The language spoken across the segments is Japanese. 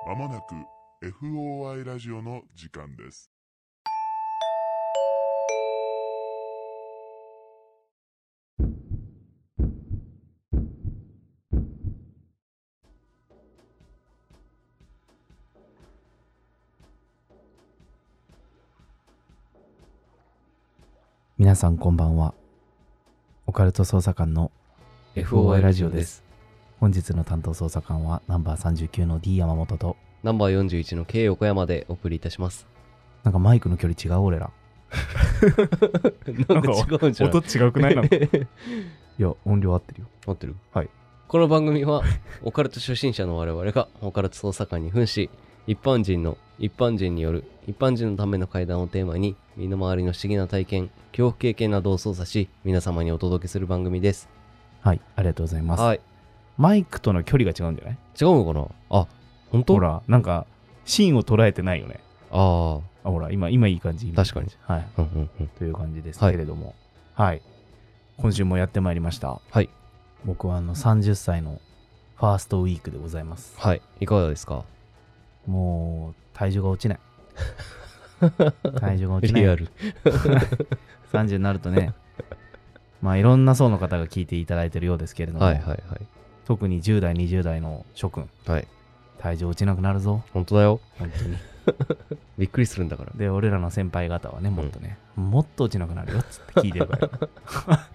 まもなく FOI ラジオの時間です。 皆さんこんばんは。オカルト捜査官の FOI ラジオです。本日の担当捜査官はナンバー39の D 山本とナンバー41の K 横山でお送りいたします。 なんかマイクの距離違う俺ら。 なんか違うんじゃない？ 音違くない？なんかいや音量合ってるよ。 合ってる？ はい。 この番組はオカルト初心者の我々がオカルト捜査官に扮し、一般人による一般人のための会談をテーマに身の回りの不思議な体験、恐怖経験などを操作し皆様にお届けする番組です。 はい、ありがとうございます。 はい。 マイクとの距離が違うんじゃない？ 違うのかな？あ、本当？ ほらなんか芯を捉えてないよね。 あ、 ほら今いい感じ。 確かに。 はい、 うんうんうん、 という感じですけれども、はい、今週もやってまいりました。 はい。 僕は30歳のファーストウィークでございます。 はい。いかがですか？ もう体重が落ちない。体重が落ちない。 リアル。 30になるとね、まあいろんな層の方が聞いていただいているようですけれども、 はいはいはい。 特に10代20代の諸君、 はい。 体重落ちなくなるぞ。 本当だよ。 本当に。 びっくりするんだから。 で俺らの先輩方はね、もっとね、もっと落ちなくなるよっつって聞いてるから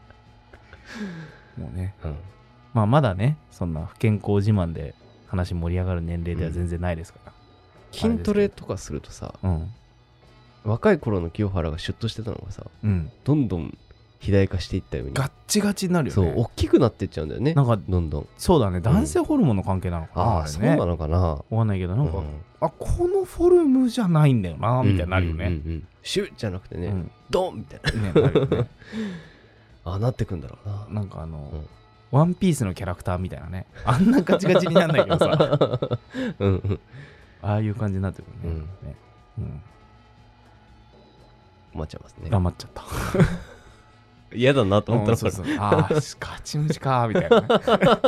もうね、まあまだね、そんな不健康自慢で話盛り上がる年齢では全然ないですから、 筋トレとかするとさ、若い頃の清原がシュッとしてたのがさ、どんどん肥大化していったようにガッチガチになるよね。 そう、大きくなっていっちゃうんだよね。なんかどんどん。 そうだね、男性ホルモンの関係なのかな、あれね。 そうなのかな、わかんないけど、なんか、あ、このフォルムじゃないんだよなみたいになるよね。 シュッじゃなくてね、ドンみたいな、 ね、なるよね。 あ、なってくんだろうな。 なんかワンピースのキャラクターみたいなね、あんなガチガチになんないけどさああいう感じになってくるね。 困っちゃいますね。 頑張っちゃった嫌だなと思ったら、 そうそう、ああガチムチかみたいなね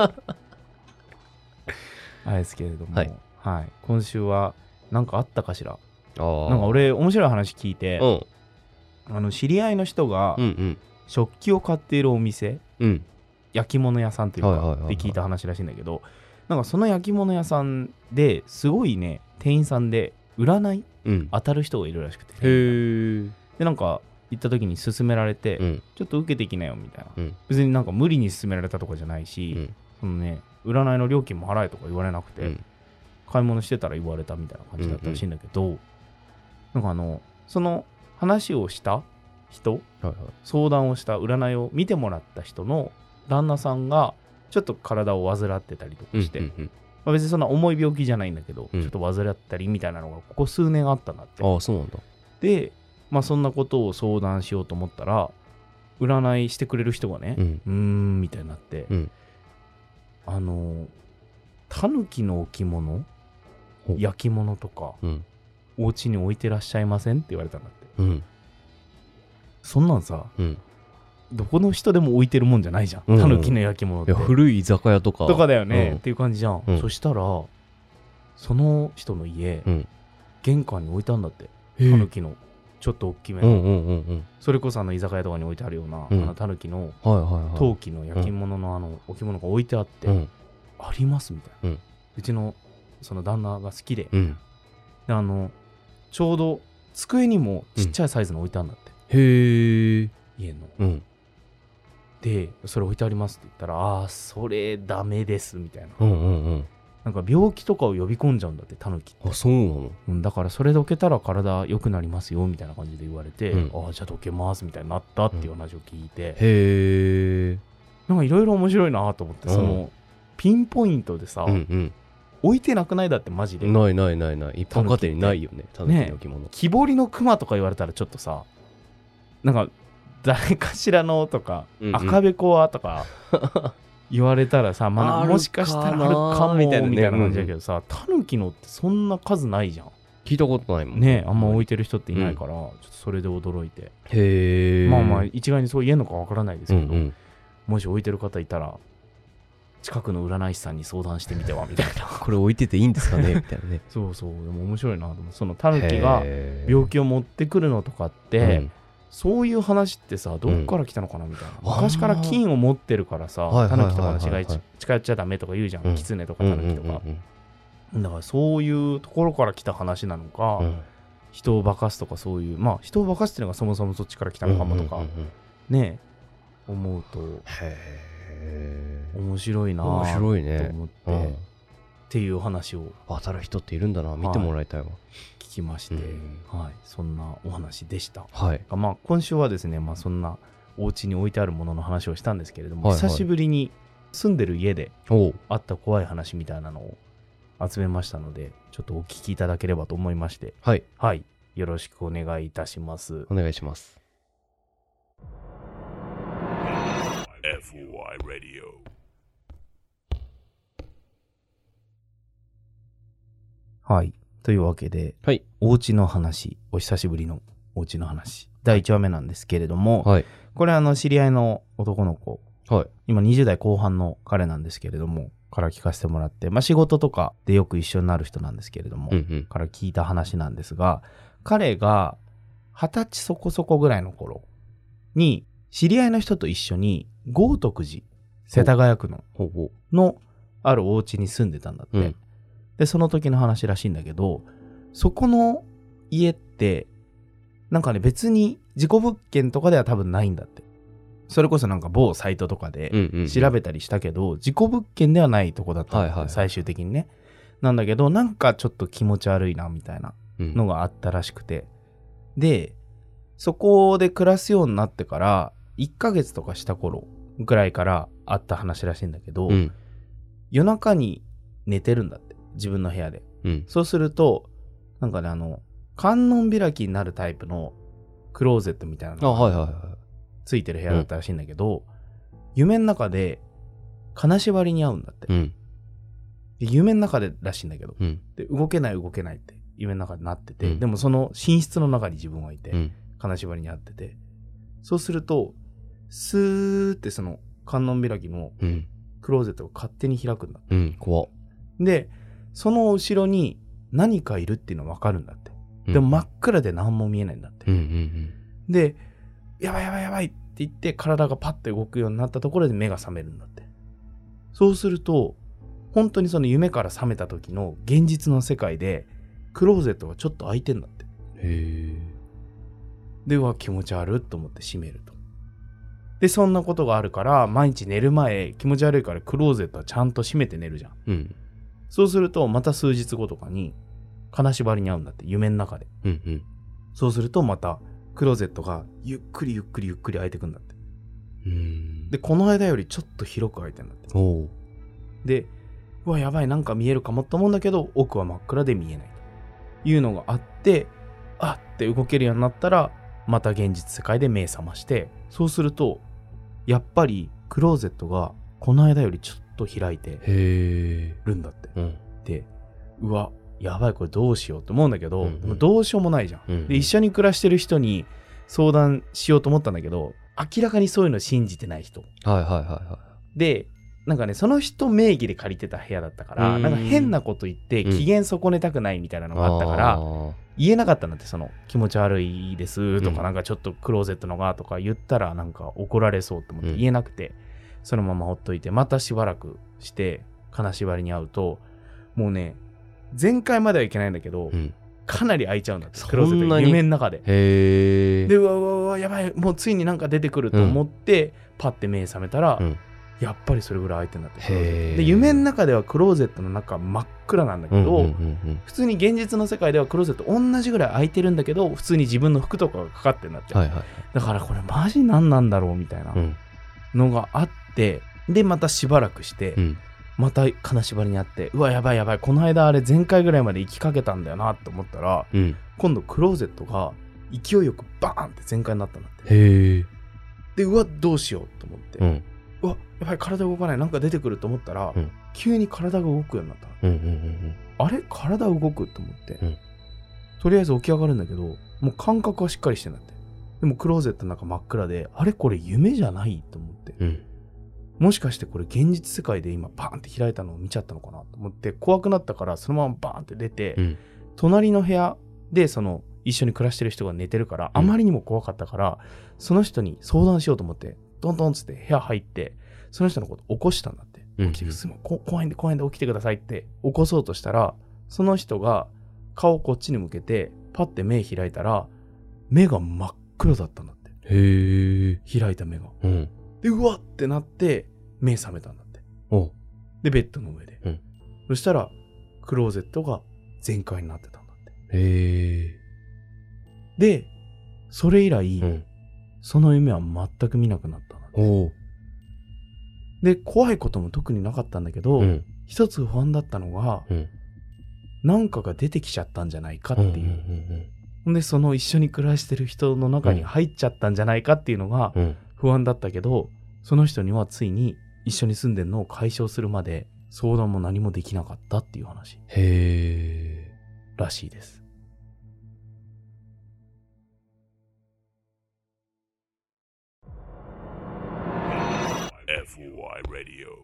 あれですけれども、はい、今週は何かあったかしら。なんか俺面白い話聞いて、知り合いの人が食器を買っているお店、焼き物屋さんというかで聞いた話らしいんだけど、なんかその焼き物屋さんですごいね、店員さんで占い、当たる人がいるらしくて、でなんか行った時に勧められて、ちょっと受けてきなよみたいな、別になんか無理に勧められたとかじゃないし、そのね、占いの料金も払えとか言われなくて、買い物してたら言われたみたいな感じだったらしいんだけど、なんかその話をした人、相談をした占いを見てもらった人の旦那さんがちょっと体を患ってたりとかして、別にそんな重い病気じゃないんだけど、ちょっと患ったりみたいなのがここ数年あったんだって。 ああ、そうなんだ。 で、まあそんなことを相談しようと思ったら、占いしてくれる人がね、みたいになって、タヌキの置物、焼き物とか、お家に置いてらっしゃいませんって言われたんだって。そんなんさ、どこの人でも置いてるもんじゃないじゃん、タヌキの焼き物って。 古い居酒屋とかだよね、っていう感じじゃん。そしたらその人の家、玄関に置いたんだって、タヌキのちょっと大きめの、それこそ居酒屋とかに置いてあるような、タヌキの陶器の焼き物の置物が置いてあって、ありますみたいな、うちのその旦那が好きで、でちょうど机にもちっちゃいサイズの置いてあるんだって、家の、でそれ置いてありますって言ったら、ああそれダメですみたいな、なんか病気とかを呼び込んじゃうんだって、タヌキって。 あ、そうなの？ だからそれどけたら体良くなりますよみたいな感じで言われて、ああじゃあどけますみたいになったっていう話を聞いて、なんかいろいろ面白いなと思って、そのピンポイントでさ、置いてなくない？だってマジでない、一般家庭にないよね、タヌキの置物。 木彫りの熊とか言われたらちょっとさ、なんか誰かしらのとか、赤べこはとか言われたらさ、もしかしたらあるかもみたいな感じだけどさ、タヌキのってそんな数ないじゃん。 聞いたことないもんね。あんま置いてる人っていないから、ちょっとそれで驚いて。まあ一概にそう言えんのかわからないですけど、もし置いてる方いたら近くの占い師さんに相談してみてはみたいなこれ置いてていいんですかねみたいなね。 そうそう、でも面白いなと思う。そのタヌキが病気を持ってくるのとかって、そういう話ってさ、どっから来たのかなみたいな、昔から金を持ってるからさ、タヌキとかの死骸近寄っちゃダメとか言うじゃん、キツネとかタヌキとか、だからそういうところから来た話なのか、人を化かすとかそういう、まあ人を化かすっていうのがそもそもそっちから来たのかもとか、ね思うと面白いなと思って、っていう話を当たる人っているんだな、見てもらいたいわ、 聞きまして、はい、そんなお話でした。 はい、 まあ今週はですね、まあそんなお家に置いてあるものの話をしたんですけれども、久しぶりに住んでる家であった怖い話みたいなのを集めましたので、ちょっとお聞きいただければと思いまして、 はい、 はい、よろしくお願いいたします。 お願いします。 FOI Radio。 はい。というわけで、 はい、 お家の話、お久しぶりのお家の話、第1話目なんですけれども、 はい、 これ知り合いの男の子、 はい、 今20代後半の彼なんですけれども、から聞かせてもらって、まあ仕事とかでよく一緒になる人なんですけれども、から聞いた話なんですが、彼が20歳そこそこぐらいの頃に、知り合いの人と一緒に豪徳寺、世田谷区のあるお家に住んでたんだって。で、その時の話らしいんだけど、そこの家って、なんかね、別に事故物件とかでは多分ないんだって。それこそなんか某サイトとかで調べたりしたけど、事故物件ではないとこだったんだって、最終的にね。なんだけど、なんかちょっと気持ち悪いな、みたいなのがあったらしくて。で、そこで暮らすようになってから、1ヶ月とかした頃ぐらいからあった話らしいんだけど、夜中に寝てるんだって。自分の部屋で、そうするとなんかね、観音開きになるタイプのクローゼットみたいなのがついてる部屋だったらしいんだけど、夢の中で金縛りに遭うんだって、で夢の中でらしいんだけど、で動けないって夢の中でなってて、でもその寝室の中に自分はいて、金縛りに遭ってて、そうするとスーってその観音開きのクローゼットが勝手に開くんだって、 怖っ。でその後ろに何かいるっていうの分かるんだって。でも真っ暗で何も見えないんだって。で、やばいって言って体がパッと動くようになったところで目が覚めるんだって。そうすると、本当にその夢から覚めた時の現実の世界でクローゼットがちょっと開いてんだって。で、うわ、気持ち悪いと思って閉めると。で、そんなことがあるから、毎日寝る前、気持ち悪いからクローゼットはちゃんと閉めて寝るじゃん。そうするとまた数日後とかに金縛りに遭うんだって、夢の中で、そうするとまたクローゼットがゆっくり開いてくんだって。で、この間よりちょっと広く開いてんだって。で、うわ、やばい、なんか見えるかもと思うんだけど、奥は真っ暗で見えないというのがあって、あって動けるようになったらまた現実世界で目覚まして、そうするとやっぱりクローゼットがこの間よりちょっと開いてるんだって。で、うわ、やばい、これどうしようと思うんだけど、でもどうしようもないじゃん。で、一緒に暮らしてる人に相談しようと思ったんだけど、明らかにそういうの信じてない人。で、なんかね、その人名義で借りてた部屋だったから、なんか変なこと言って機嫌損ねたくないみたいなのがあったから、言えなかったんだって。その気持ち悪いですとか、なんかちょっとクローゼットのがとか言ったらなんか怒られそうと思って言えなくて、そのままほっといて、またしばらくして金縛りに遭うと、もうね、前回まではいけないんだけど、かなり開いちゃうんだって、クローゼットが夢の中で。で、うわやばい、もうついになんか出てくると思って、パッて目覚めたら、やっぱりそれぐらい開いてんだって。で、夢の中ではクローゼットの中真っ暗なんだけど、普通に現実の世界ではクローゼット同じぐらい開いてるんだけど、普通に自分の服とかがかかってんだって。だからこれマジ何なんだろうみたいなのがあって、でまたしばらくして、また金縛りにあって、うわやばい、この間あれ前回ぐらいまで行きかけたんだよなと思ったら、今度クローゼットが勢いよくバーンって全開になったんだって。で、うわどうしようと思って、うわやばい、体動かない、なんか出てくると思ったら、急に体が動くようになった。あれ、体動くと思って、とりあえず起き上がるんだけど、もう感覚はしっかりしてんだって。でもクローゼットの中真っ暗で、あれこれ夢じゃないと思って、 もしかしてこれ現実世界で今バーンって開いたのを見ちゃったのかなと思って怖くなったから、そのままバーンって出て、隣の部屋でその一緒に暮らしてる人が寝てるから、あまりにも怖かったから、その人に相談しようと思ってドンドンつって部屋入って、その人のこと起こしたんだって。起きてすぐ怖いんで起きてくださいって起こそうとしたら、その人が顔こっちに向けてパッて目開いたら、目が真っ黒だったんだって。開いた目が。で、うわってなって目覚めたんだって。で、ベッドの上で。そしたらクローゼットが全開になってたんだって。で、それ以来、その夢は全く見なくなったんだって。で、怖いことも特になかったんだけど、一つ不安だったのが、なんかが出てきちゃったんじゃないかっていう。で、その一緒に暮らしてる人の中に入っちゃったんじゃないかっていうのが不安だったけど、その人にはついに一緒に住んでるのを解消するまで相談も何もできなかったっていう話。らしいです。 FOI Radio。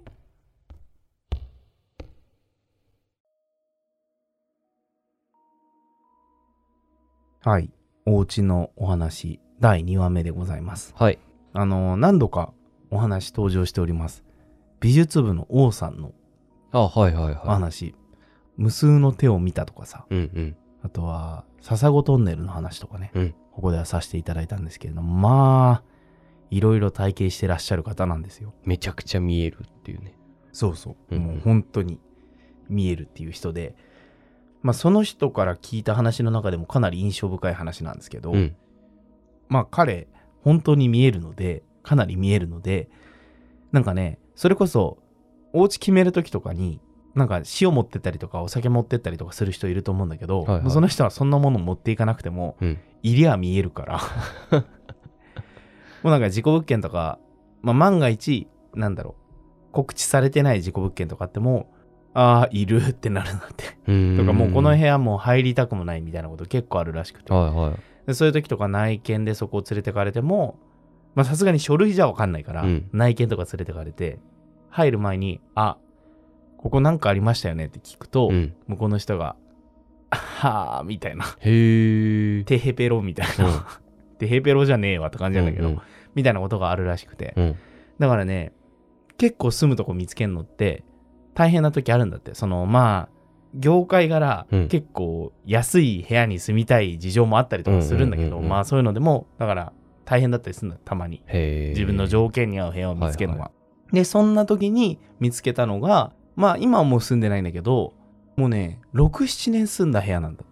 はい。お家のお話、第2話目でございます。 はい。 何度かお話登場しております。美術部の王さんのお話。無数の手を見たとかさ。あとは、笹子トンネルの話とかね。ここではさせていただいたんですけれども、まあ、いろいろ体験してらっしゃる方なんですよ。 めちゃくちゃ見えるっていうね。 そうそう。もう本当に見えるっていう人で、まあその人から聞いた話の中でもかなり印象深い話なんですけど、まあ彼、本当に見えるので、かなり見えるので、なんかね、それこそ、お家決めるときとかに、なんか塩持ってったりとかお酒持ってったりとかする人いると思うんだけど、その人はそんなもの持っていかなくても、いりゃ見えるからもうなんか事故物件とか、まあ、万が一なんだろう、告知されてない事故物件とかあっても、ああいるってなるなってとか、もうこの部屋もう入りたくもないみたいなこと結構あるらしくて、でそういう時とか内見でそこを連れてかれても、まあさすがに書類じゃ分かんないから、内見とか連れてかれて入る前に、あ、ここなんかありましたよねって聞くと、向こうの人がはあみたいな、テヘペロみたいな、テヘペロじゃねえわって感じなんだけど、みたいなことがあるらしくて、だからね、結構住むとこ見つけるのって大変な時あるんだって。そのまあ業界柄、結構安い部屋に住みたい事情もあったりとかするんだけど、まあそういうのでもだから大変だったりするんだ、たまに。自分の条件に合う部屋を見つけるのが。でそんな時に見つけたのが、まあ今はもう住んでないんだけど、もうね 6,7 年住んだ部屋なんだって、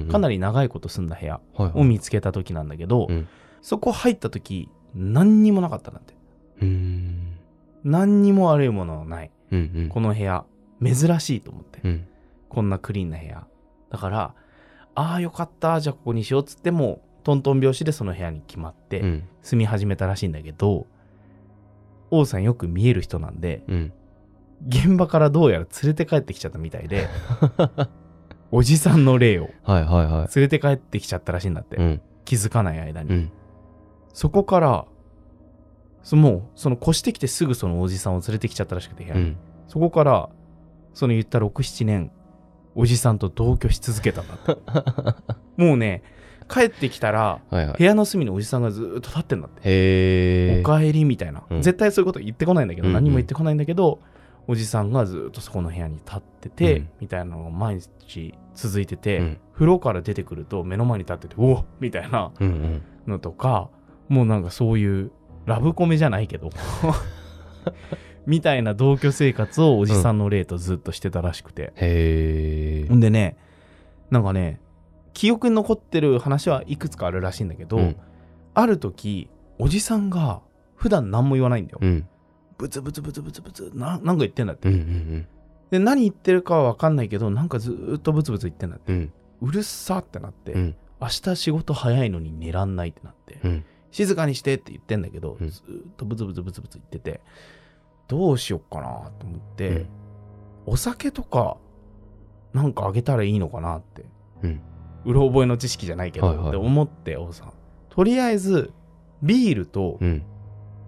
かなり長いこと住んだ部屋を見つけた時なんだけど、そこ入った時何にもなかったんだって。何にも悪いものはない、この部屋珍しいと思って、こんなクリーンな部屋だから、ああよかった、じゃあここにしようっつってもトントン拍子でその部屋に決まって住み始めたらしいんだけど、王さんよく見える人なんで、現場からどうやら連れて帰ってきちゃったみたいでおじさんの霊を連れて帰ってきちゃったらしいんだって、気づかない間に、そこからもうその越してきてすぐそのおじさんを連れてきちゃったらしくて、部屋に、そこからその言った 6,7 年おじさんと同居し続けたんだってもうね、帰ってきたら、部屋の隅におじさんがずっと立ってんだって。おかえりみたいな、絶対そういうこと言ってこないんだけど、何も言ってこないんだけど、おじさんがずっとそこの部屋に立ってて、みたいなのが毎日続いてて、風呂から出てくると目の前に立ってて、おっみたいなのとか、もうなんかそういうラブコメじゃないけどみたいな同居生活をおじさんの霊とずっとしてたらしくて、んでね、なんかね、記憶に残ってる話はいくつかあるらしいんだけど、ある時おじさんが普段何も言わないんだよ、ブツブツブツブツブツなんか言ってんだって、で何言ってるかは分かんないけど、なんかずっとブツブツ言ってんだって、うるさってなって、明日仕事早いのに寝らんないってなって、静かにしてって言ってんだけど、ずっとブツブツブツブツ言ってて、どうしよっかなと思って、お酒とかなんかあげたらいいのかなって、うろ覚えの知識じゃないけど、って思って、王さんとりあえずビールと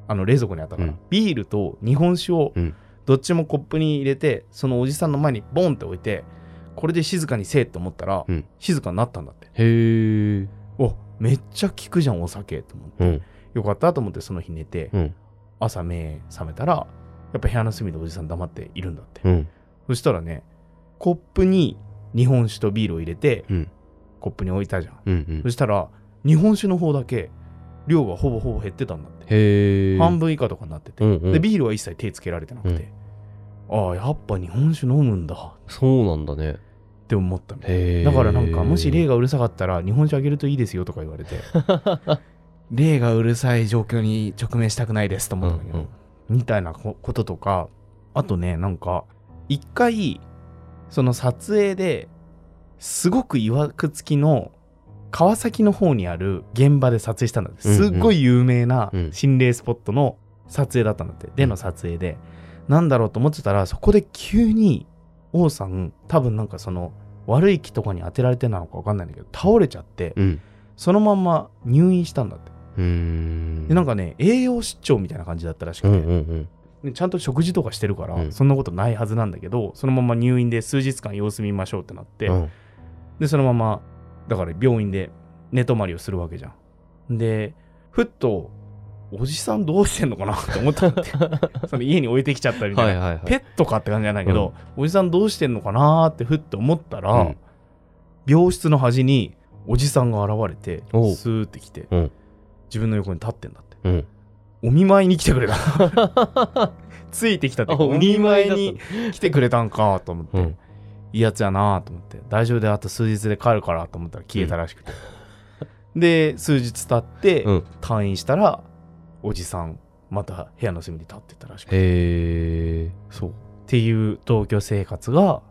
冷蔵庫にあったから、ビールと日本酒をどっちもコップに入れて、そのおじさんの前にボンって置いて、これで静かにせえって思ったら、静かになったんだって。 へえ。 お、めっちゃ効くじゃんお酒と思って、よかったと思ってその日寝て、朝目覚めたらやっぱ部屋の隅でおじさん黙っているんだって、そしたらね、コップに日本酒とビールを入れて、コップに置いたじゃん、そしたら日本酒の方だけ量がほぼ減ってたんだって。 へー。 半分以下とかになってて、でビールは一切手つけられてなくて、ああやっぱ日本酒飲むんだ、 そうなんだねって思ったみたい。だからなんかもし霊がうるさかったら日本酒あげるといいですよとか言われて霊がうるさい状況に直面したくないですと思ったんだけど、みたいなこととか、あとね、なんか一回その撮影ですごくいわくつきの川崎の方にある現場で撮影したんだって、すっごい有名な心霊スポットの撮影だったんだって、での撮影で、なんだろうと思ってたら、そこで急に王さん多分なんかその悪い気とかに当てられてなのか分かんないんだけど倒れちゃって、そのまんま入院したんだって。でなんかね、栄養失調みたいな感じだったらしくて、ちゃんと食事とかしてるから、そんなことないはずなんだけど、そのまま入院で数日間様子見ましょうってなって、でそのままだから病院で寝泊まりをするわけじゃん。でふっとおじさんどうしてんのかなって思ったんだってその家に置いてきちゃったみたいな、ペットかって感じじゃないけど、おじさんどうしてんのかなってふっと思ったら、病室の端におじさんが現れてスーって来て、自分の横に立ってんだって、お見舞いに来てくれたついてきたってお見舞いに来てくれたんかと思って、いいやつやなと思って、大丈夫であと数日で帰るからと思ったら消えたらしくて、で数日経って退院したら、おじさんまた部屋の隅に立ってたらしくて、そうっていう同居生活が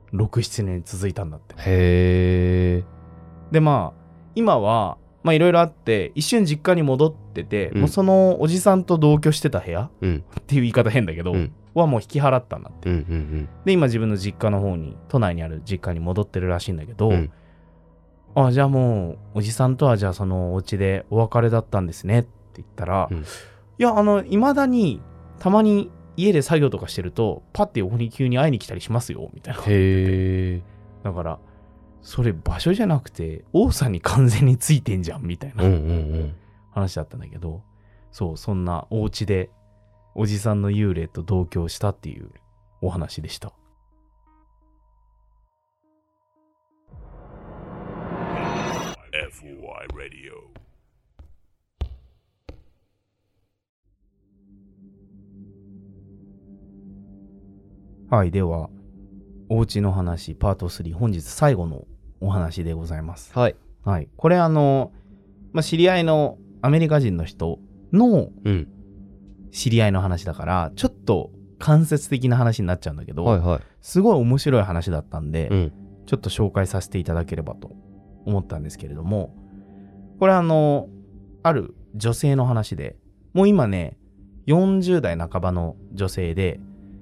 6,7 年続いたんだって。でまあ今はまあいろいろあって一瞬実家に戻ってて、もうそのおじさんと同居してた部屋、っていう言い方変だけど、はもう引き払ったんだって、で今自分の実家の方に都内にある実家に戻ってるらしいんだけど、あじゃあもうおじさんとはじゃあそのお家でお別れだったんですねって言ったら、いや未だにたまに家で作業とかしてるとパッて横に急に会いに来たりしますよみたいな。だからそれ場所じゃなくて王さんに完全についてんじゃんみたいな話だったんだけど、そうそんなお家でおじさんの幽霊と同居したっていうお話でした。 FOI Radio。 はい、ではお家の話パート3、本日最後のお話でございます。はい、はい、これ知り合いのアメリカ人の人の知り合いの話だから、ちょっと間接的な話になっちゃうんだけど、すごい面白い話だったんで、ちょっと紹介させていただければと思ったんですけれども、これある女性の話で、もう今ね40代半ばの女性で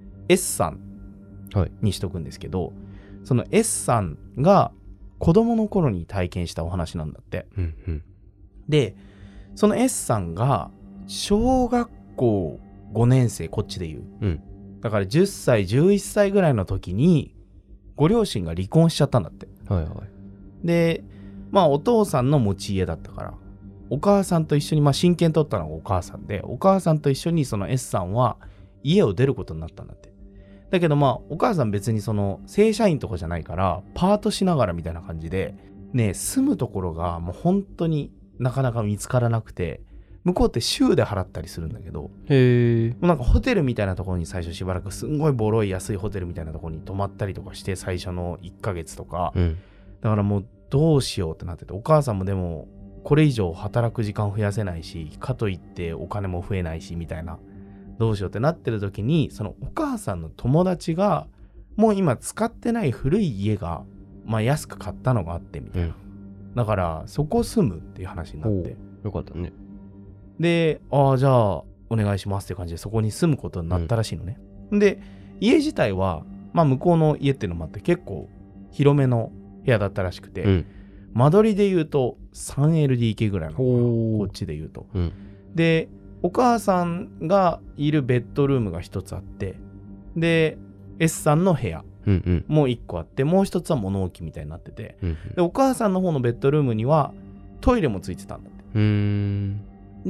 S さんにしとくんですけど、その S さんが子供の頃に体験したお話なんだって、でその S さんが小学校5年生、こっちで言う、だから10歳11歳ぐらいの時にご両親が離婚しちゃったんだって、でまあお父さんの持ち家だったから、お母さんと一緒に、親権取ったのがお母さんで、お母さんと一緒にその S さんは家を出ることになったんだって。だけどお母さん別にその正社員とかじゃないからパートしながらみたいな感じでね、住むところがもう本当になかなか見つからなくて、向こうって週で払ったりするんだけど、もうなんかホテルみたいなところに最初しばらくすんごいボロい安いホテルみたいなところに泊まったりとかして、最初の1ヶ月とか、だからもうどうしようってなってて、お母さんもでもこれ以上働く時間増やせないし、かといってお金も増えないしみたいな、どうしようってなってる時に、そのお母さんの友達がもう今使ってない古い家が安く買ったのがあってみたいな、だからそこ住むっていう話になって、 よかったね。 でじゃあお願いしますって感じでそこに住むことになったらしいのね、で家自体は向こうの家っていうのもあって結構広めの部屋だったらしくて、間取りで言うと 3LDK ぐらいの、こっちで言うと、でお母さんがいるベッドルームが一つあって、で S さんの部屋もう一個あって、もう一つは物置みたいになってて、でお母さんの方のベッドルームにはトイレもついてたんだって。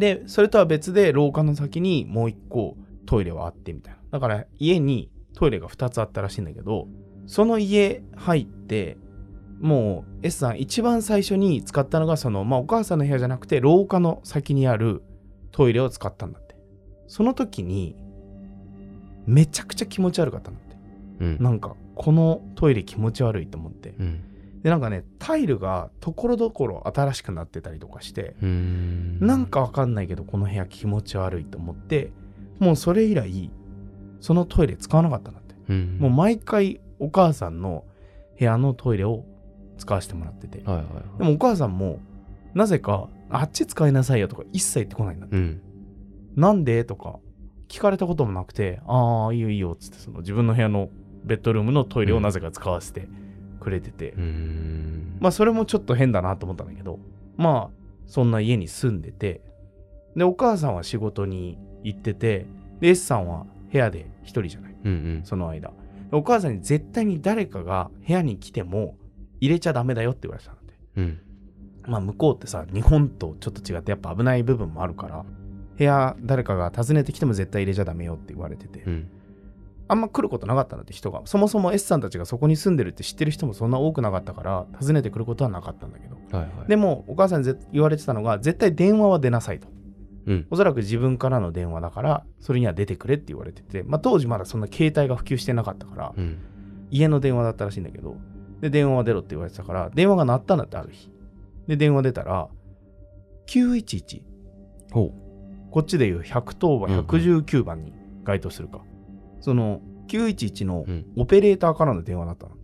でそれとは別で廊下の先にもう一個トイレはあってみたいな。だから家にトイレが2つあったらしいんだけど、その家入ってもう S さん一番最初に使ったのがその、お母さんの部屋じゃなくて廊下の先にあるトイレを使ったんだって。その時にめちゃくちゃ気持ち悪かったんだって、なんかこのトイレ気持ち悪いと思って、でなんかねタイルがところどころ新しくなってたりとかして、なんかわかんないけどこの部屋気持ち悪いと思って、もうそれ以来そのトイレ使わなかったんだって、もう毎回お母さんの部屋のトイレを使わせてもらってて、でもお母さんもなぜかあっち使いなさいよとか一切言ってこないんだって、なんでとか聞かれたこともなくて、ああいいよいいよっつって、その自分の部屋のベッドルームのトイレをなぜか使わせてくれてて、それもちょっと変だなと思ったんだけど、そんな家に住んでて、でお母さんは仕事に行ってて、で S さんは部屋で一人じゃない、その間お母さんに絶対に誰かが部屋に来ても入れちゃダメだよって言われてたので、向こうってさ日本とちょっと違ってやっぱ危ない部分もあるから、部屋誰かが訪ねてきても絶対入れちゃダメよって言われてて、あんま来ることなかったんだって、人がそもそも S さんたちがそこに住んでるって知ってる人もそんな多くなかったから訪ねてくることはなかったんだけど、でもお母さんに言われてたのが絶対電話は出なさいと、おそらく自分からの電話だからそれには出てくれって言われてて、当時まだそんな携帯が普及してなかったから、家の電話だったらしいんだけど、で電話は出ろって言われてたから電話が鳴ったんだって、ある日で電話出たら911、こっちでいう110番119番に該当するか、その911のオペレーターからの電話だったんだって。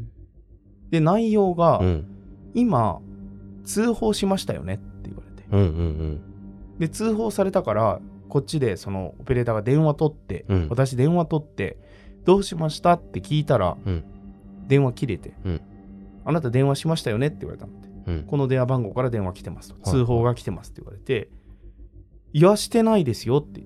で内容が、今通報しましたよねって言われて、で通報されたからこっちでそのオペレーターが電話取って、私電話取ってどうしましたって聞いたら、電話切れて、あなた電話しましたよねって言われたんだって、この電話番号から電話来てますと、通報が来てますって言われて、いやしてないですよって言って、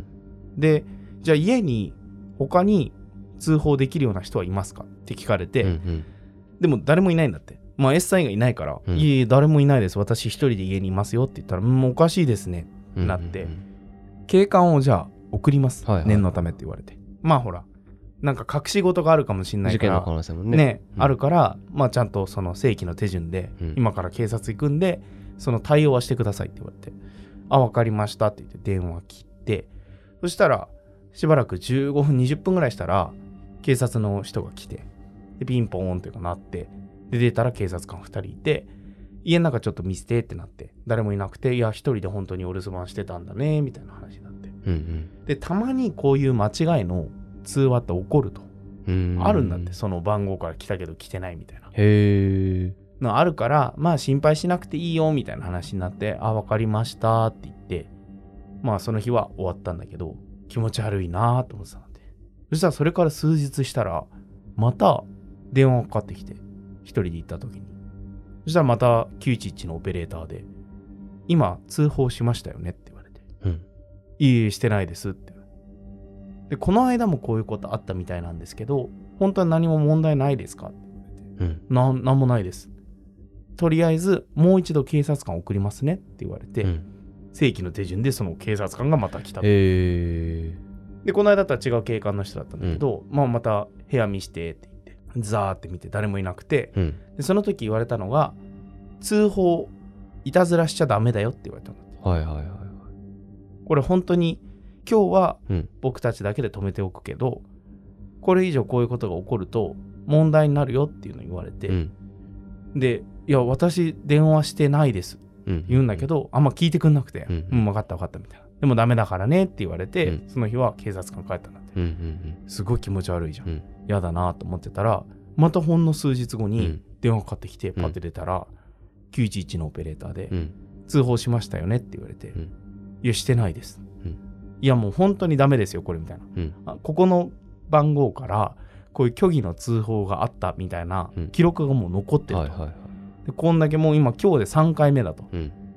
でじゃあ家に他に通報できるような人はいますかって聞かれて、でも誰もいないんだって。S さんがいないから、いえ誰もいないです、私一人で家にいますよって言ったら、もうおかしいですねってなって、警官をじゃあ送ります、念のためって言われて、ほらなんか隠し事があるかもしれないから、 事件の可能性もね、 あるから、ちゃんとその正規の手順で、今から警察行くんでその対応はしてくださいって言われて、分かりましたって言って電話切って、そしたらしばらく15分20分ぐらいしたら警察の人が来て、でピンポーンっていうか鳴って、で出たら警察官2人いて、家の中ちょっと見せてってなって、誰もいなくて、いや一人で本当にお留守番してたんだねみたいな話になって、でたまにこういう間違いの通話って起こると、あるんだって、その番号から来たけど来てないみたいなのあるから、心配しなくていいよみたいな話になって、分かりましたって言って、その日は終わったんだけど、気持ち悪いなと思ってたんで、そしたらそれから数日したらまた電話がかかってきて、一人で行った時に、そしたらまた911のオペレーターで、今通報しましたよねって言われて、いいしてないですって。でこの間もこういうことあったみたいなんですけど、本当は何も問題ないですかって言われて、なんもないです、とりあえずもう一度警察官送りますねって言われて、正規の手順でその警察官がまた来たと。でこの間とは違う警官の人だったんだけど、また部屋見してって言ってザーって見て誰もいなくて、でその時言われたのが、通報いたずらしちゃダメだよって言われたんだって。これ本当に今日は僕たちだけで止めておくけど、これ以上こういうことが起こると問題になるよっていうのを言われて、でいや私電話してないです言うんだけど、あんま聞いてくんなくて、分かった分かったみたいな、でもダメだからねって言われて、その日は警察官帰ったんだって、すごい気持ち悪いじゃん、やだなと思ってたら、またほんの数日後に電話かかってきて、パッて出たら911のオペレーターで、通報しましたよねって言われて、いやしてないです、いやもう本当にダメですよこれみたいな、ここの番号からこういう虚偽の通報があったみたいな記録がもう残ってると、でこんだけもう今日で3回目だと、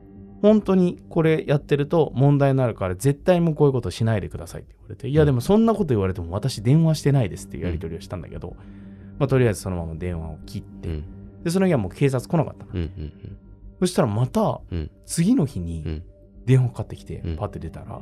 本当にこれやってると問題になるから絶対もうこういうことしないでくださいって言われて、いやでもそんなこと言われても私電話してないですっていうやり取りをしたんだけど、とりあえずそのまま電話を切って、でその日はもう警察来なかったの、そしたらまた次の日に電話かかってきて、パッて出たら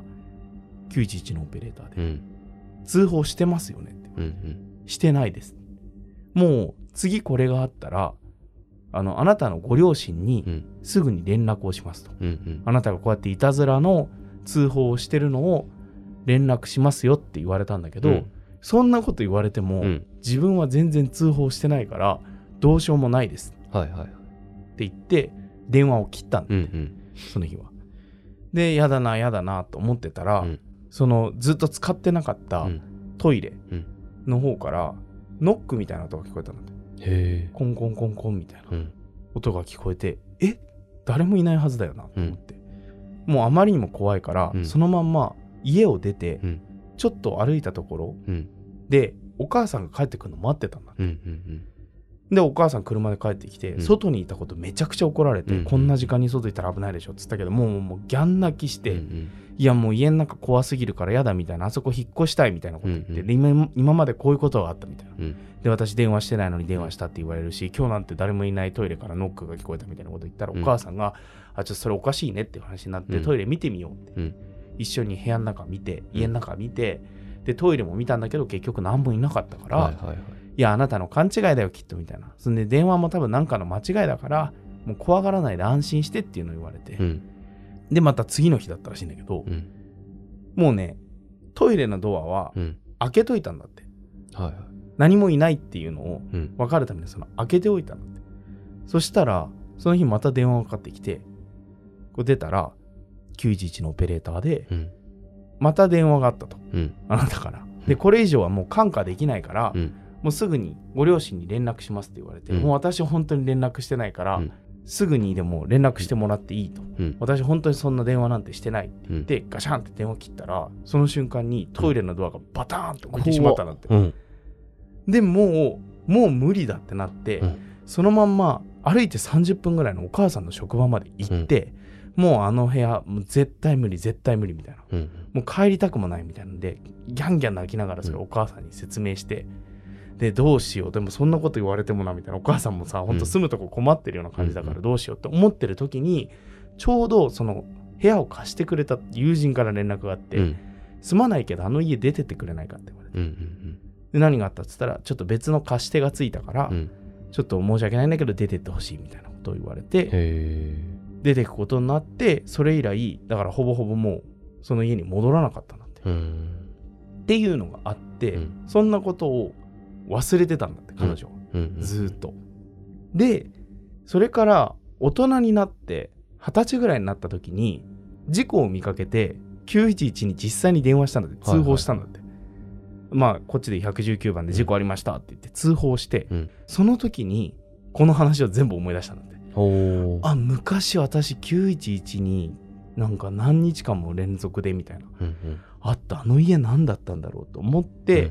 911のオペレーターで、通報してますよねって、してないです、もう次これがあったらあなたのご両親にすぐに連絡をしますと、あなたがこうやっていたずらの通報をしてるのを連絡しますよって言われたんだけど、そんなこと言われても、自分は全然通報してないからどうしようもないです、って言って電話を切ったんだって、その日は。でやだなと思ってたら、そのずっと使ってなかったトイレの方からノックみたいな音が聞こえたんだって。コンコンコンコンみたいな音が聞こえて、誰もいないはずだよなと思って、もうあまりにも怖いから、そのまんま家を出て、ちょっと歩いたところ、でお母さんが帰ってくるの待ってたんだって、でお母さん車で帰ってきて、外にいたことめちゃくちゃ怒られて、こんな時間に外いたら危ないでしょっつったけど、もうギャン泣きして、いやもう家の中怖すぎるからやだみたいな、あそこ引っ越したいみたいなこと言って、で今までこういうことがあったみたいな、で私電話してないのに電話したって言われるし、今日なんて誰もいないトイレからノックが聞こえたみたいなこと言ったら、お母さんがちょっとそれおかしいねっていう話になって、トイレ見てみようって、一緒に部屋の中見て、家の中見て、でトイレも見たんだけど結局何もいなかったから、いやあなたの勘違いだよきっとみたいな、そんで電話も多分何かの間違いだからもう怖がらないで安心してっていうのを言われて、でまた次の日だったらしいんだけど、もうねトイレのドアは開けといたんだって、何もいないっていうのを分かるためにその開けておいたんだって、そしたらその日また電話がかかってきて、こう出たら911のオペレーターで、また電話があったと、あなたから、でこれ以上はもう看過できないから、もうすぐにご両親に連絡しますって言われて、もう私本当に連絡してないから、すぐにでも連絡してもらっていいと、私本当にそんな電話なんてしてないって言って、ガシャンって電話切ったら、その瞬間にトイレのドアがバターンと開いてしまったんだって、でもう無理だってなって、そのまんま歩いて30分ぐらいのお母さんの職場まで行って、もうあの部屋もう絶対無理みたいな、もう帰りたくもないみたいなんでギャンギャン泣きながらそれお母さんに説明して、でどうしよう、でもそんなこと言われてもなみたいな、お母さんもさほんと住むとこ困ってるような感じだからどうしようって思ってる時に、ちょうどその部屋を貸してくれた友人から連絡があって、住まないけどあの家出てってくれないかって言われて、で何があったって言ったら、ちょっと別の貸し手がついたから、ちょっと申し訳ないんだけど出てってほしいみたいなことを言われて、出ていくことになって、それ以来だからほぼほぼもうその家に戻らなかったんだって、っていうのがあって、そんなことを忘れてたんだって彼女は、ずっと。でそれから大人になって20歳ぐらいになった時に事故を見かけて911に実際に電話したんだって、通報したんだって、まあこっちで119番で事故ありましたって言って通報して、その時にこの話を全部思い出したんだって。昔私911になんか何日間も連続でみたいな、あったあの家何だったんだろうと思って、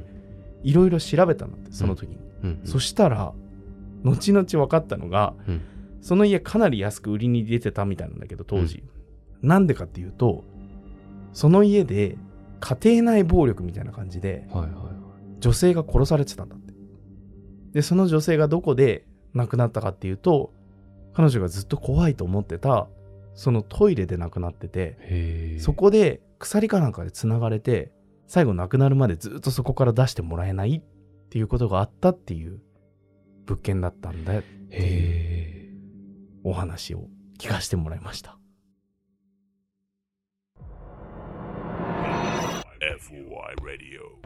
いろいろ調べたんだって、その時に、そしたら後々分かったのが、その家かなり安く売りに出てたみたいなんだけど当時、なんでかっていうと、その家で家庭内暴力みたいな感じで、女性が殺されてたんだって。でその女性がどこで亡くなったかっていうと、彼女がずっと怖いと思ってたそのトイレで亡くなってて、そこで鎖かなんかでつながれて、最後亡くなるまでずっとそこから出してもらえないっていうことがあったっていう物件だったんだよっていうお話を聞かせてもらいました。 FOI Radio。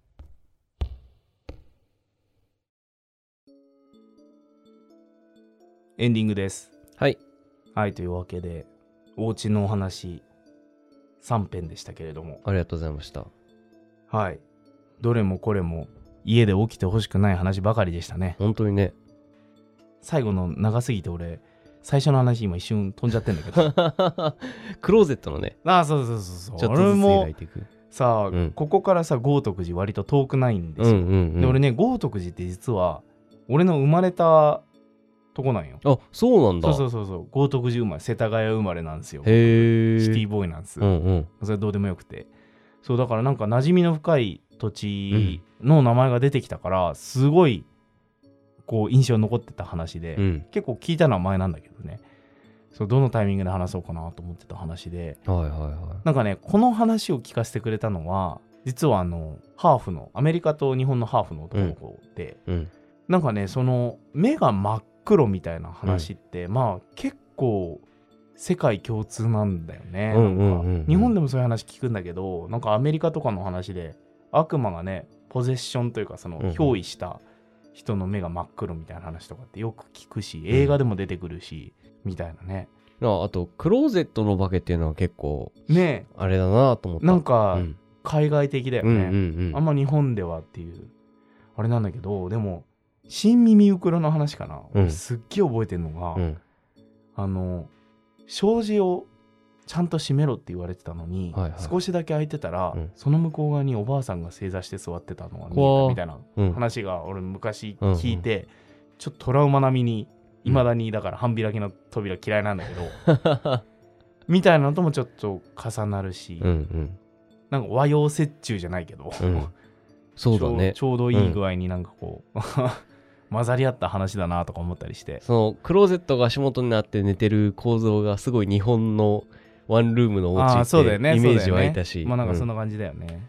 エンディングです。 はい。 はい、というわけでお家のお話3編でしたけれども、 ありがとうございました。 はい。どれもこれも家で起きてほしくない話ばかりでしたね。 本当にね。 最後の長すぎて俺最初の話今一瞬飛んじゃってんだけどクローゼットのね。 そうちょっとずつ描いていくさあ、ここからさ豪徳寺割と遠くないんですよ、で俺ね豪徳寺って実は俺の生まれたとこなんよ。 あ、そうなんだ。 そう豪徳寺生まれ、世田谷生まれなんですよ。 へえ。 シティボーイなんです。 うんうん。 それどうでもよくて。そうだからなんか馴染みの深い土地の名前が出てきたから、すごいこう印象に残ってた話で、結構聞いたのは前なんだけどね。そうどのタイミングで話そうかなと思ってた話で、なんかねこの話を聞かせてくれたのは実はハーフのアメリカと日本のハーフの男の子で、なんかねその目が真っ黒みたいな話って、まあ結構世界共通なんだよね。日本でもそういう話聞くんだけど、なんかアメリカとかの話で悪魔がねポゼッションというかその憑依した人の目が真っ黒みたいな話とかってよく聞くし、映画でも出てくるし、みたいなね。 あとクローゼットの化けっていうのは結構ねあれだなと思った。 なんか海外的だよね。あんま日本ではっていうあれなんだけど、でも新耳袋の話かな、すっげえ覚えてるのが、障子をちゃんと閉めろって言われてたのに、少しだけ開いてたら、その向こう側におばあさんが正座して座ってたのが見えたみたいな話が俺昔聞いて、ちょっとトラウマ並みにいまだにだから半開きの扉嫌いなんだけどみたいなのともちょっと重なるし、なんか和洋折衷じゃないけど、 そうだね、 ちょうどいい具合になんかこう混ざり合った話だなとか思ったりして、 そのクローゼットが足元になって寝てる構造がすごい日本のワンルームのお家ってイメージ湧いたし、 まあなんかそんな感じだよね。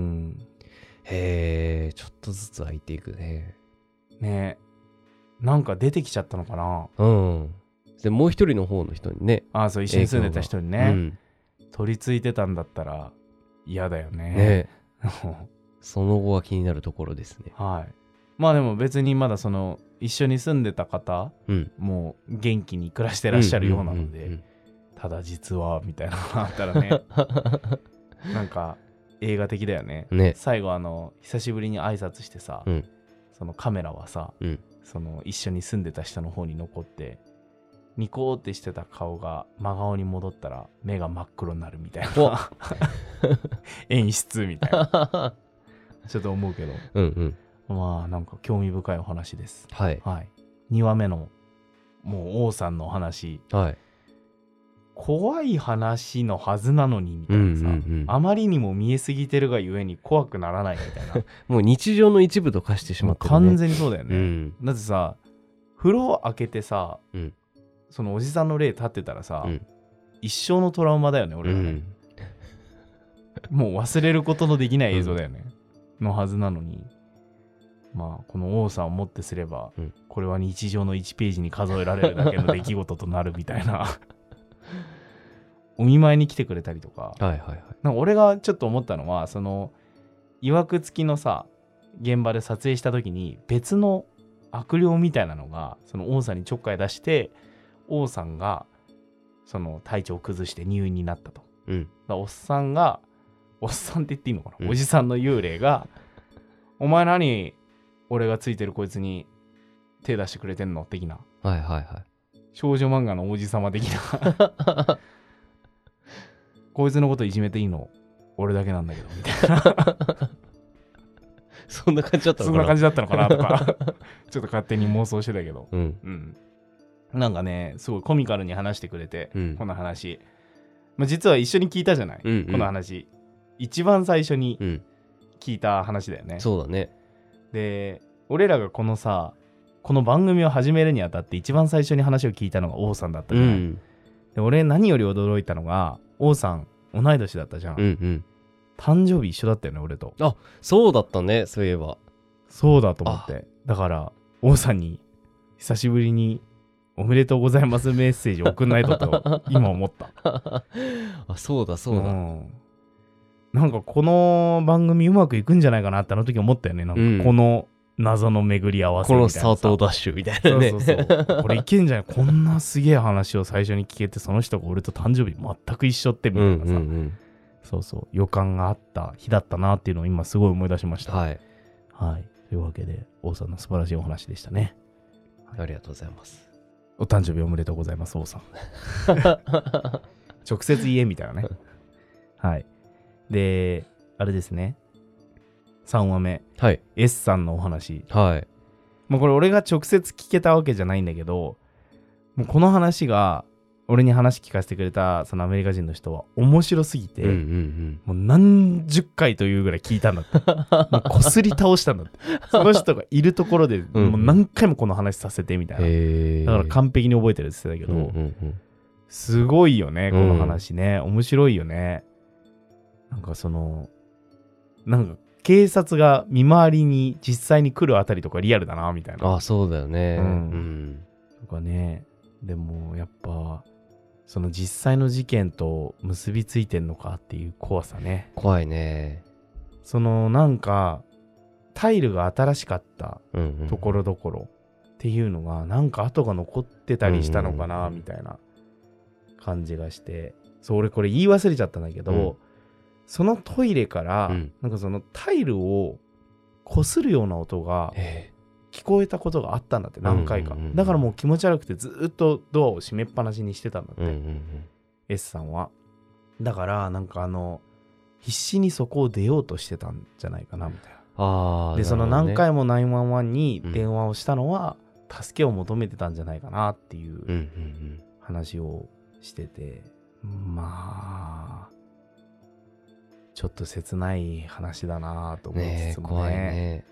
へえ、ちょっとずつ開いていくね。 ね、なんか出てきちゃったのかな。 でもう一人の方の人にね、 そう一緒に住んでた人にね、取り付いてたんだったら嫌だよね。 その後は気になるところですね。 まあでも別にまだその一緒に住んでた方、もう元気に暮らしてらっしゃるようなので、ただ実はみたいなのがあったらねなんか映画的だよね。最後久しぶりに挨拶してさ、そのカメラはさ、その一緒に住んでた人の方に残って、ニコーってしてた顔が真顔に戻ったら目が真っ黒になるみたいな演出みたいなちょっと思うけど、まあなんか興味深いお話です。2話目のもう王さんのお話、怖い話のはずなのにみたいなさ、あまりにも見えすぎてるがゆえに怖くならないみたいなもう日常の一部と化してしまってるね。 完全にそうだよね。だってさ、風呂開けてさ、そのおじさんの霊立ってたらさ、一生のトラウマだよね俺はね、もう忘れることのできない映像だよね、のはずなのに、まあこの王さんをもってすれば、これは日常の1ページに数えられるだけの出来事となるみたいなお見舞いに来てくれたりとか、なんか俺がちょっと思ったのは、その曰く付きのさ現場で撮影した時に別の悪霊みたいなのがその王さんにちょっかい出して、王さんがその体調を崩して入院になったと、だおっさんって言っていいのかな、おじさんの幽霊がお前何俺がついてるこいつに手出してくれてんの的な、少女漫画の王子様的なこいつのこといじめていいの俺だけなんだけどみたいなそんな感じだったのかな、 そんな感じだったのかなとかちょっと勝手に妄想してたけど、なんかねすごいコミカルに話してくれて、この話、実は一緒に聞いたじゃない、この話一番最初に聞いた話だよね。 そうだね。 で俺らがこの番組を始めるにあたって一番最初に話を聞いたのが王さんだったじゃない、で俺何より驚いたのが王さん同い年だったじゃん、誕生日一緒だったよね俺と。 あ、そうだったね。そういえばそうだと思って、だから王さんに久しぶりにおめでとうございますメッセージ送んないとと今思ったあ、そうだ、 なんかこの番組うまくいくんじゃないかなってあの時思ったよね。なんかこの謎の巡り合わせみたいなさ、 このスタートダッシュみたいなね。 そうこれいけんじゃないこんなすげえ話を最初に聞けて、その人が俺と誕生日全く一緒ってみたいなさ、予感があった日だったなっていうのを今すごい思い出しました。というわけで王さんの素晴らしいお話でしたね。 ありがとうございます。 お誕生日おめでとうございます王さん直接言えみたいなねであれですね、3話目、S さんのお話、 まあこれ俺が直接聞けたわけじゃないんだけど、もうこの話が俺に話聞かせてくれたそのアメリカ人の人は面白すぎて、もう何十回というぐらい聞いたんだってもうこすり倒したんだってその人がいるところでもう何回もこの話させてみたいな、だから完璧に覚えてるって言ってたけど、すごいよねこの話ね、面白いよね。なんかそのなんか警察が見回りに実際に来るあたりとかリアルだなみたいな。 あ、そうだよね。 とかね。でもやっぱその実際の事件と結びついてんのかっていう怖さね。 怖いね。 そのなんかタイルが新しかったところどころっていうのがなんか跡が残ってたりしたのかなみたいな感じがして、そう俺これ言い忘れちゃったんだけど、そのトイレからなんかそのタイルを擦るような音が聞こえたことがあったんだって、何回か。だからもう気持ち悪くてずっとドアを閉めっぱなしにしてたんだって、S さんは。だからなんか必死にそこを出ようとしてたんじゃないかなみたいな。でその何回も911に電話をしたのは助けを求めてたんじゃないかなっていう話をしてて、まあちょっと切ない話だなと思いつつもね。怖いね。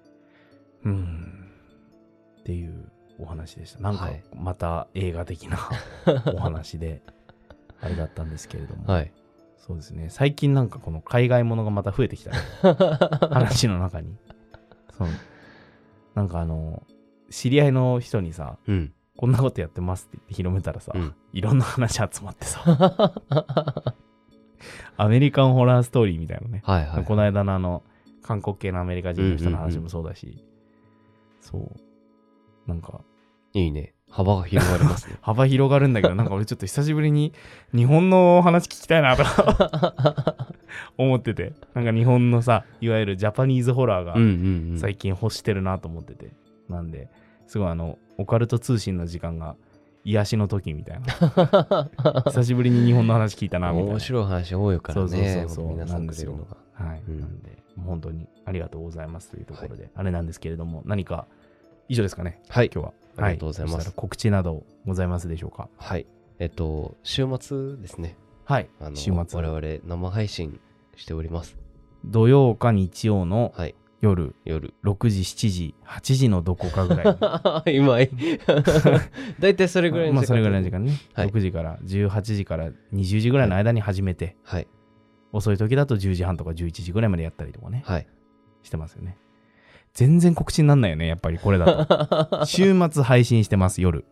っていうお話でした。なんかまた映画的なお話であれだったんですけれども、そうですね。最近なんかこの海外ものがまた増えてきた、ね、話の中に。そうなんか知り合いの人にさ、こんなことやってますって言って広めたらさ、いろんな話集まってさ。アメリカンホラーストーリーみたいなね。この間の韓国系のアメリカ人の人の話もそうだし、そうなんかいいね。幅が広がりますね。 幅広がるんだけど、なんか俺ちょっと久しぶりに日本の話聞きたいなとか思ってて、なんか日本のさ、いわゆるジャパニーズホラーが最近欲してるなと思ってて、なんですごいオカルト通信の時間が癒しの時みたいな。久しぶりに日本の話聞いたなみたいな。 面白い話多いからね。 そう皆さんくれるのが。 はい。なんで本当にありがとうございますというところで、あれなんですけれども、何か以上ですかね。今日は。 ありがとうございます。 告知などございますでしょうか。 はい。週末ですね。 はい。週末。 我々生配信しております。 土曜か日曜の夜6時、7時、8時のどこかぐらい。 うまい。だいたいそれぐらいの時間。 それぐらいの時間ね。6時から18時から20時ぐらいの間に始めて、遅い時だと10時半とか11時ぐらいまでやったりとかね。してますよね。全然告知になんないよね、やっぱりこれだと。週末配信してます、夜。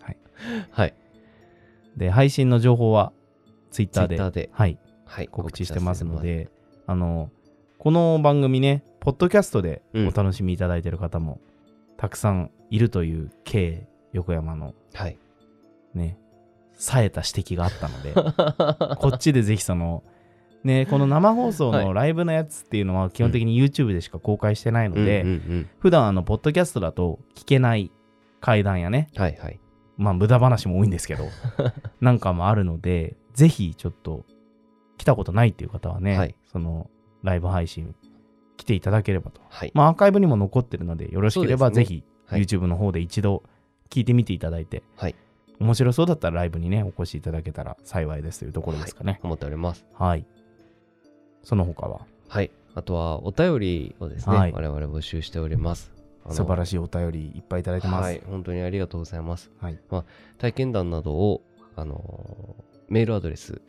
で、配信の情報はツイッターで、告知してますので、この番組ね、ポッドキャストでお楽しみいただいている方もたくさんいるという K 横山の、ね、冴えた指摘があったので、こっちでぜひその、ね、この生放送のライブのやつっていうのは基本的に YouTube でしか公開してないので、普段ポッドキャストだと聞けない怪談やね、まあ無駄話も多いんですけどなんかもあるので、ぜひちょっと来たことないっていう方はね、そのライブ配信来ていただければと、まあアーカイブにも残ってるので、よろしければぜひ YouTube の方で一度聞いてみていただいて、面白そうだったらライブにねお越しいただけたら幸いですというところですかね。 思っております。 その他は、 あとはお便りをですね、我々募集しております。 素晴らしいお便りいっぱいいただいてます。 本当にありがとうございます。体験談などをメールアドレス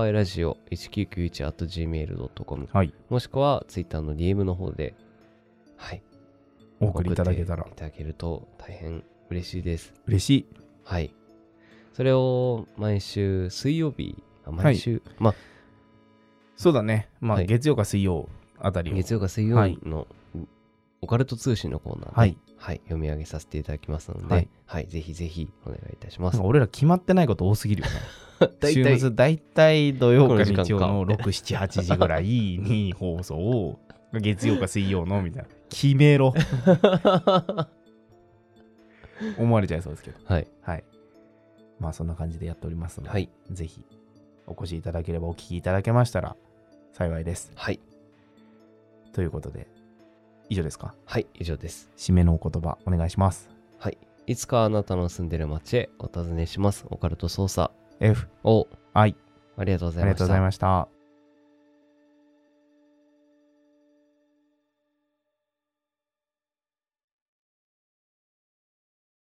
foiradio1991@gmail.com、もしくは Twitter の DM の方で、 お送りいただけたらいただけると大変嬉しいです。 嬉しい。 それを毎週水曜日、 そうだね。月曜か水曜あたりを。 月曜か水曜のオカルト通信のコーナーで、読み上げさせていただきますので、ぜひぜひお願いいたします。 俺ら決まってないこと多すぎるよね。週末だいたい土曜か日曜の6、7、8時ぐらいに放送を、月曜か水曜のみたいな。決めろ。思われちゃいそうですけど。まあそんな感じでやっておりますので、ぜひお越しいただければ、お聞きいただけましたら幸いです。ということで、 以上ですか？ はい、以上です。 締めのお言葉お願いします。 はい。いつかあなたの住んでる街へお尋ねします。オカルト捜査 FOI。 ありがとうございました。 ありがとうございました。